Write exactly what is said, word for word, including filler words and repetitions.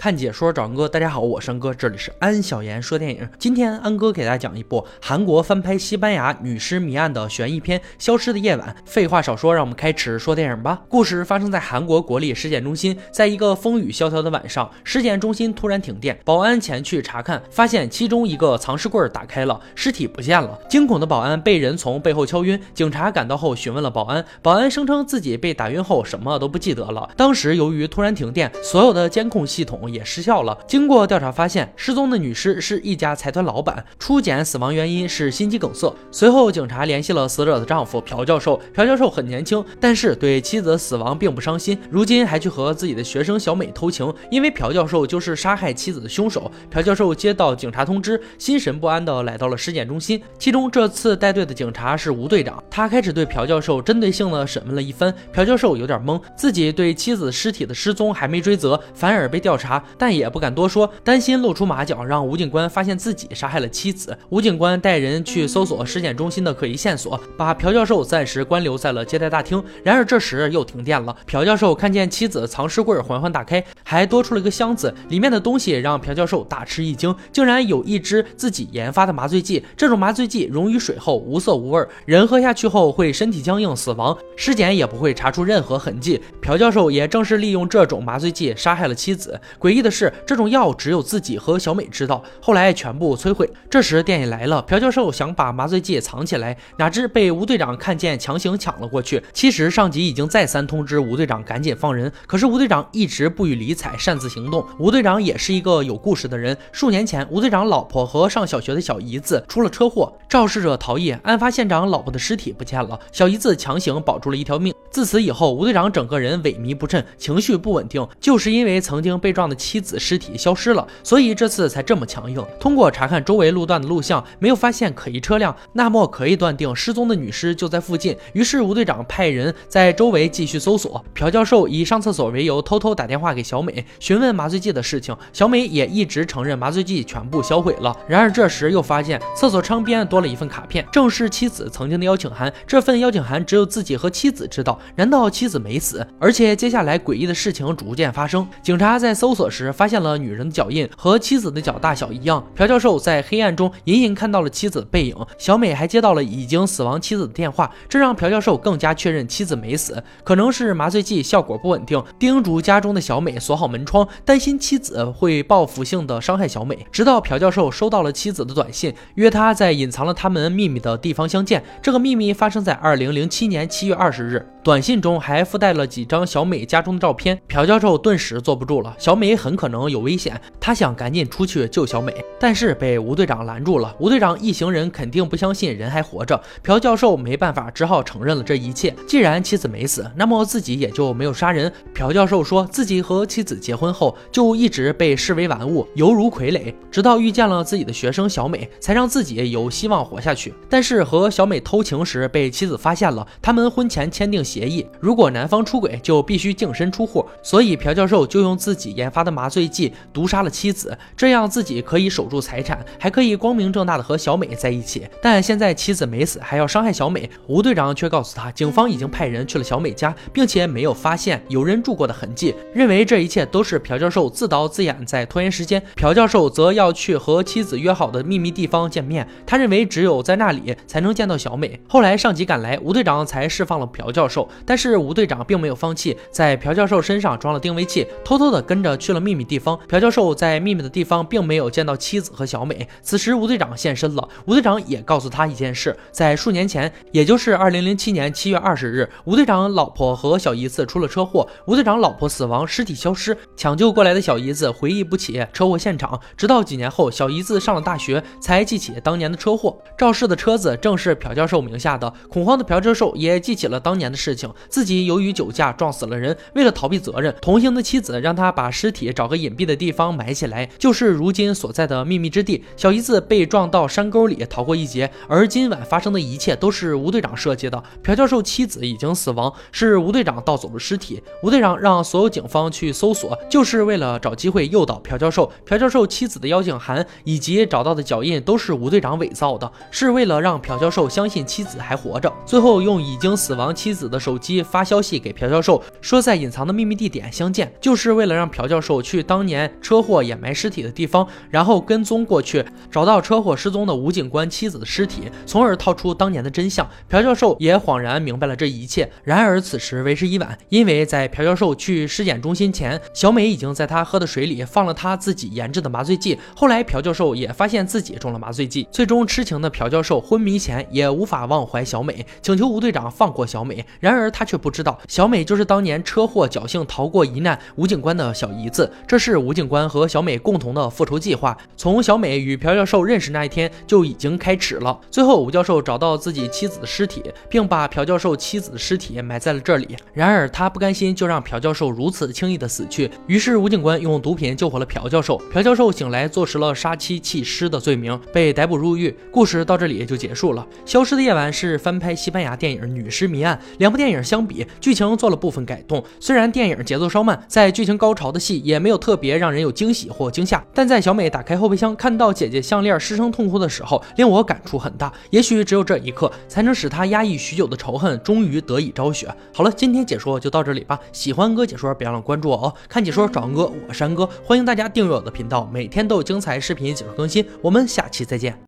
看解说找安哥，大家好，我是安哥，这里是安小言说电影。今天安哥给大家讲一部韩国翻拍西班牙女尸谜案的悬疑片《消失的夜晚》。废话少说，让我们开始说电影吧。故事发生在韩国国立尸检中心，在一个风雨萧条的晚上，尸检中心突然停电，保安前去查看，发现其中一个藏尸柜打开了，尸体不见了。惊恐的保安被人从背后敲晕，警察赶到后询问了保安，保安声称自己被打晕后什么都不记得了。当时由于突然停电，所有的监控系统也失效了。经过调查发现，失踪的女尸是一家财团老板，初检死亡原因是心肌梗塞。随后警察联系了死者的丈夫朴教授，朴教授很年轻，但是对妻子的死亡并不伤心，如今还去和自己的学生小美偷情，因为朴教授就是杀害妻子的凶手。朴教授接到警察通知，心神不安地来到了尸检中心，其中这次带队的警察是吴队长，他开始对朴教授针对性地审问了一番。朴教授有点懵，自己对妻子尸体的失踪还没追责，反而被调查，但也不敢多说，担心露出马脚，让吴警官发现自己杀害了妻子。吴警官带人去搜索尸检中心的可疑线索，把朴教授暂时关留在了接待大厅。然而这时又停电了，朴教授看见妻子藏尸柜缓缓打开，还多出了一个箱子，里面的东西让朴教授大吃一惊，竟然有一支自己研发的麻醉剂。这种麻醉剂溶于水后无色无味，人喝下去后会身体僵硬死亡，尸检也不会查出任何痕迹。朴教授也正是利用这种麻醉剂杀害了妻子。诡异的是，这种药只有自己和小美知道，后来全部摧毁。这时电也来了，朴教授想把麻醉剂藏起来，哪知被吴队长看见，强行抢了过去。其实上级已经再三通知吴队长赶紧放人，可是吴队长一直不予理睬，擅自行动。吴队长也是一个有故事的人，数年前吴队长老婆和上小学的小姨子出了车祸，肇事者逃逸，案发现场老婆的尸体不见了，小姨子强行保住了一条命。自此以后，吴队长整个人萎靡不振，情绪不稳定，就是因为曾经被撞的妻子尸体消失了，所以这次才这么强硬。通过查看周围路段的录像，没有发现可疑车辆，那么可以断定失踪的女尸就在附近。于是吴队长派人在周围继续搜索。朴教授以上厕所为由，偷偷打电话给小美，询问麻醉剂的事情。小美也一直承认麻醉剂全部销毁了。然而这时又发现厕所窗边多了一份卡片，正是妻子曾经的邀请函。这份邀请函只有自己和妻子知道，难道妻子没死？而且接下来诡异的事情逐渐发生。警察在搜索时发现了女人的脚印和妻子的脚大小一样，朴教授在黑暗中隐隐看到了妻子的背影。小美还接到了已经死亡妻子的电话，这让朴教授更加确认妻子没死，可能是麻醉剂效果不稳定，叮嘱家中的小美锁好门窗，担心妻子会报复性的伤害小美。直到朴教授收到了妻子的短信，约他在隐藏了他们秘密的地方相见。这个秘密发生在二零零七年七月二十日，短信中还附带了几张小美家中的照片。朴教授顿时坐不住了，小美很可能有危险，他想赶紧出去救小美，但是被吴队长拦住了。吴队长一行人肯定不相信人还活着，朴教授没办法，只好承认了这一切。既然妻子没死，那么自己也就没有杀人。朴教授说自己和妻子结婚后就一直被视为玩物，犹如傀儡，直到遇见了自己的学生小美，才让自己有希望活下去。但是和小美偷情时被妻子发现了，他们婚前签订协议，如果男方出轨就必须净身出户，所以朴教授就用自己研发的麻醉剂毒杀了妻子，这样自己可以守住财产，还可以光明正大的和小美在一起。但现在妻子没死，还要伤害小美，吴队长却告诉他，警方已经派人去了小美家，并且没有发现有人住过的痕迹，认为这一切都是朴教授自导自演，在拖延时间。朴教授则要去和妻子约好的秘密地方见面，他认为只有在那里才能见到小美。后来上级赶来，吴队长才释放了朴教授，但是吴队长并没有放弃，在朴教授身上装了定位器，偷偷的跟着去了秘密地方。朴教授在秘密的地方并没有见到妻子和小美，此时吴队长现身了。吴队长也告诉他一件事，在数年前，也就是二零零七年七月二十日，吴队长老婆和小姨子出了车祸，吴队长老婆死亡，尸体消失，抢救过来的小姨子回忆不起车祸现场，直到几年后小姨子上了大学才记起当年的车祸。肇事的车子正是朴教授名下的，恐慌的朴教授也记起了当年的事情，自己由于酒驾撞死了人，为了逃避责任，同行的妻子让他把尸体找个隐蔽的地方埋起来，就是如今所在的秘密之地。小姨子被撞到山沟里逃过一劫，而今晚发生的一切都是吴队长设计的。朴教授妻子已经死亡，是吴队长盗走了尸体。吴队长让所有警方去搜索，就是为了找机会诱导朴教授。朴教授妻子的邀请函以及找到的脚印都是吴队长伪造的，是为了让朴教授相信妻子还活着，最后用已经死亡妻子的手机发消息给朴教授，说在隐藏的秘密地点相见，就是为了让朴教授去当年车祸掩埋尸体的地方，然后跟踪过去，找到车祸失踪的吴警官妻子的尸体，从而套出当年的真相。朴教授也恍然明白了这一切。然而此时为时已晚，因为在朴教授去尸检中心前，小美已经在他喝的水里放了他自己研制的麻醉剂。后来朴教授也发现自己中了麻醉剂，最终痴情的朴教授昏迷前也无法忘怀小美，请求吴队长放过小美。然而他却不知道，小美就是当年车祸侥幸逃过一难吴警官的小姨子，这是吴警官和小美共同的复仇计划，从小美与朴教授认识那一天就已经开始了。最后吴教授找到自己妻子的尸体，并把朴教授妻子的尸体埋在了这里。然而他不甘心就让朴教授如此轻易的死去，于是吴警官用毒品救活了朴教授。朴教授醒来坐实了杀妻弃尸的罪名，被逮捕入狱。故事到这里就结束了。消失的夜晚是翻拍西班牙电影《女尸谜案》，两部电影相比，剧情做了部分改动。虽然电影节奏稍慢，在剧情高潮的戏也没有特别让人有惊喜或惊吓，但在小美打开后备箱看到姐姐项链失声痛哭的时候，令我感触很大。也许只有这一刻，才能使她压抑许久的仇恨终于得以昭雪。好了，今天解说就到这里吧。喜欢哥解说别忘了关注我哦。看解说找安哥，我是安哥，欢迎大家订阅我的频道，每天都有精彩视频解说更新。我们下期再见。